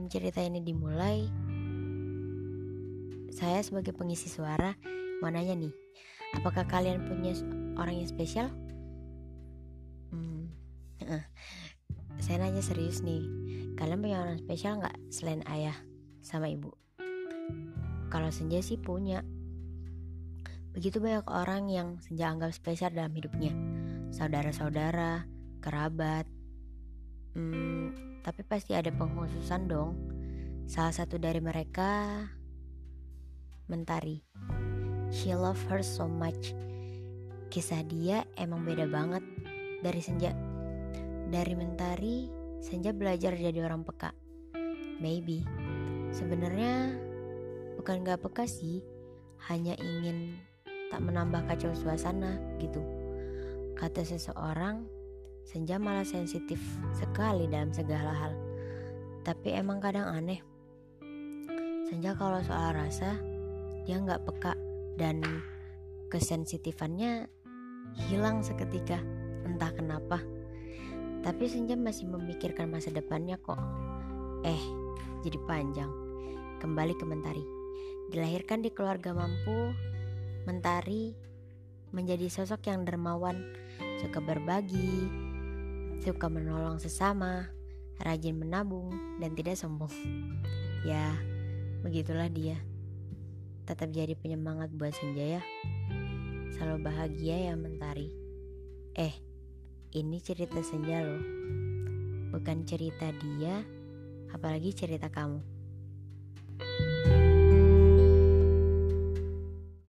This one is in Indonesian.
sebelum cerita ini dimulai, saya sebagai pengisi suara mau nanya nih, apakah kalian punya orang yang spesial? Saya nanya serius nih, kalian punya orang spesial gak selain ayah sama ibu? Kalau Senja sih punya. Begitu banyak orang yang Senja anggap spesial dalam hidupnya, saudara-saudara, kerabat. Tapi pasti ada pengkhususan dong. Salah satu dari mereka Mentari. She love her so much. Kisah dia emang beda banget dari Senja. Dari Mentari, Senja belajar jadi orang peka. Maybe sebenarnya bukan gak peka sih, hanya ingin tak menambah kacau suasana gitu. Kata seseorang, Senja malah sensitif sekali dalam segala hal. Tapi emang kadang aneh, Senja kalau soal rasa dia gak peka dan kesensitifannya hilang seketika, entah kenapa. Tapi Senja masih memikirkan masa depannya kok. Jadi panjang. Kembali ke Mentari. Dilahirkan di keluarga mampu, Mentari menjadi sosok yang dermawan, suka berbagi, suka menolong sesama, rajin menabung, dan tidak sombong. Ya, begitulah dia. Tetap jadi penyemangat buat Senja ya. Selalu bahagia ya Mentari. Ini cerita Senja loh, bukan cerita dia, apalagi cerita kamu.